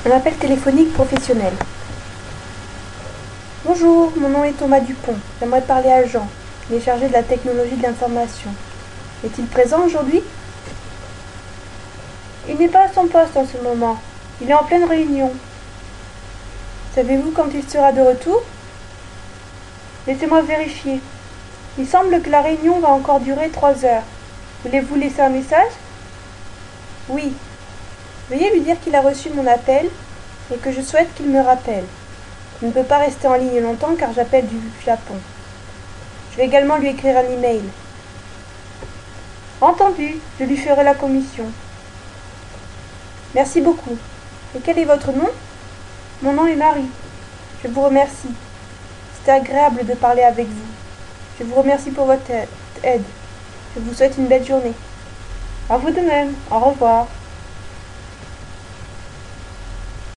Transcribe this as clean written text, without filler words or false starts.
Un appel téléphonique professionnel. Bonjour, mon nom est Thomas Dupont. J'aimerais parler à Jean. Il est chargé de la technologie de l'information. Est-il présent aujourd'hui? Il n'est pas à son poste en ce moment. Il est en pleine réunion. Savez-vous quand il sera de retour? Laissez-moi vérifier. Il semble que la réunion va encore durer 3 heures. Voulez-vous laisser un message? Oui. Veuillez lui dire qu'il a reçu mon appel et que je souhaite qu'il me rappelle. Je ne peux pas rester en ligne longtemps car j'appelle du Japon. Je vais également lui écrire un email. Entendu, je lui ferai la commission. Merci beaucoup. Et quel est votre nom? Mon nom est Marie. Je vous remercie. C'était agréable de parler avec vous. Je vous remercie pour votre aide. Je vous souhaite une belle journée. À vous de même. Au revoir.